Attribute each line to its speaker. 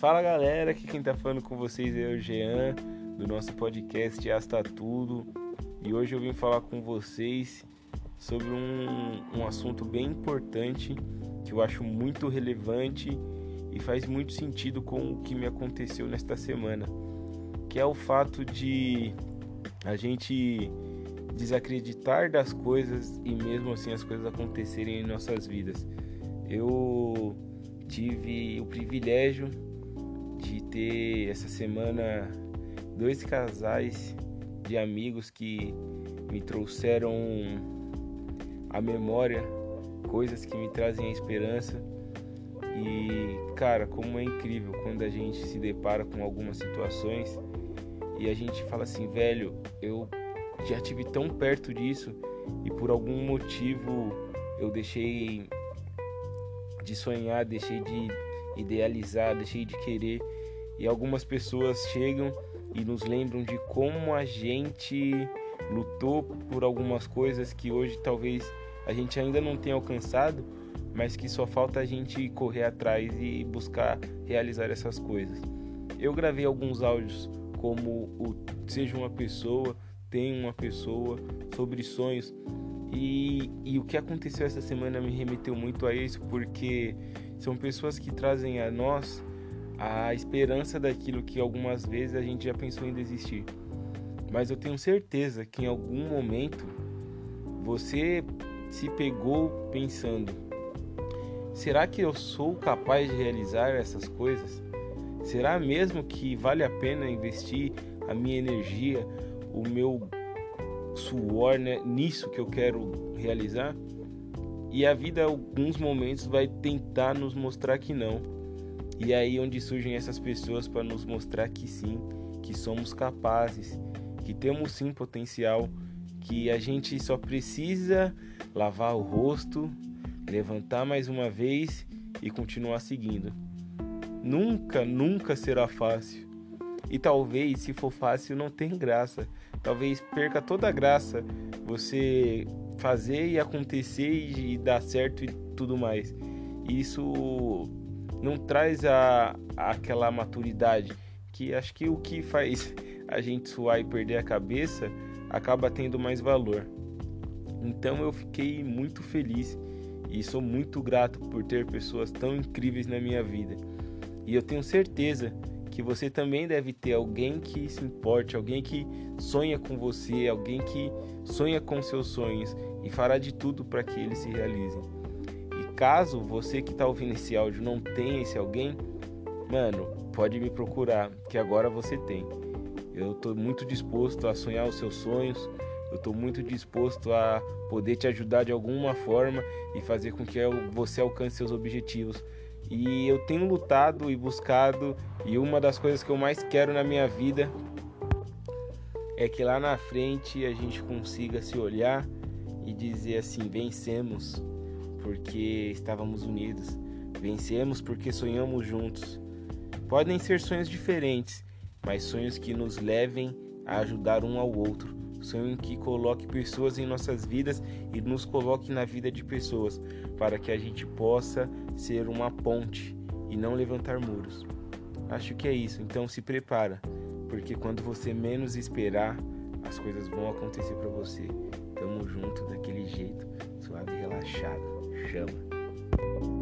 Speaker 1: Fala galera, aqui quem tá falando com vocês é o Jean, do nosso podcast Asta Tudo. E hoje eu vim falar com vocês sobre um assunto bem importante, que eu acho muito relevante e faz muito sentido com o que me aconteceu nesta semana, que é o fato de a gente desacreditar das coisas e mesmo assim as coisas acontecerem em nossas vidas. Eu tive o privilégio de ter essa semana 2 casais de amigos que me trouxeram à memória coisas que me trazem a esperança. E cara, como é incrível quando a gente se depara com algumas situações e a gente fala assim, velho, eu já estive tão perto disso e por algum motivo eu deixei de sonhar, deixei de idealizar, deixei de querer. E algumas pessoas chegam e nos lembram de como a gente lutou por algumas coisas que hoje talvez a gente ainda não tenha alcançado, mas que só falta a gente correr atrás e buscar realizar essas coisas. Eu gravei alguns áudios como o Seja uma Pessoa, Tenha uma Pessoa, sobre sonhos. E o que aconteceu essa semana me remeteu muito a isso, porque são pessoas que trazem a nós a esperança daquilo que algumas vezes a gente já pensou em desistir. Mas eu tenho certeza que em algum momento você se pegou pensando: será que eu sou capaz de realizar essas coisas? Será mesmo que vale a pena investir a minha energia, o meu suor, né, nisso que eu quero realizar? E a vida, em alguns momentos, vai tentar nos mostrar que não. E é aí onde surgem essas pessoas para nos mostrar que sim, que somos capazes, que temos sim potencial, que a gente só precisa lavar o rosto, levantar mais uma vez e continuar seguindo. Nunca será fácil. E talvez, se for fácil, não tem graça. Talvez perca toda a graça você fazer e acontecer e dar certo e tudo mais. Isso não traz aquela maturidade, que acho que o que faz a gente suar e perder a cabeça acaba tendo mais valor. Então eu fiquei muito feliz e sou muito grato por ter pessoas tão incríveis na minha vida. E eu tenho certeza que você também deve ter alguém que se importe, alguém que sonha com você, alguém que sonha com seus sonhos e fará de tudo para que eles se realizem. E caso você que está ouvindo esse áudio não tenha esse alguém, mano, pode me procurar, que agora você tem. Eu estou muito disposto a sonhar os seus sonhos, eu estou muito disposto a poder te ajudar de alguma forma e fazer com que você alcance seus objetivos. E eu tenho lutado e buscado, e uma das coisas que eu mais quero na minha vida é que lá na frente a gente consiga se olhar e dizer assim: vencemos porque estávamos unidos, vencemos porque sonhamos juntos. Podem ser sonhos diferentes, mas sonhos que nos levem a ajudar um ao outro, sonho que coloque pessoas em nossas vidas e nos coloque na vida de pessoas, para que a gente possa ser uma ponte e não levantar muros. Acho que é isso, então se prepara, porque quando você menos esperar, as coisas vão acontecer para você. Tamo junto daquele jeito, suave e relaxado. Chama!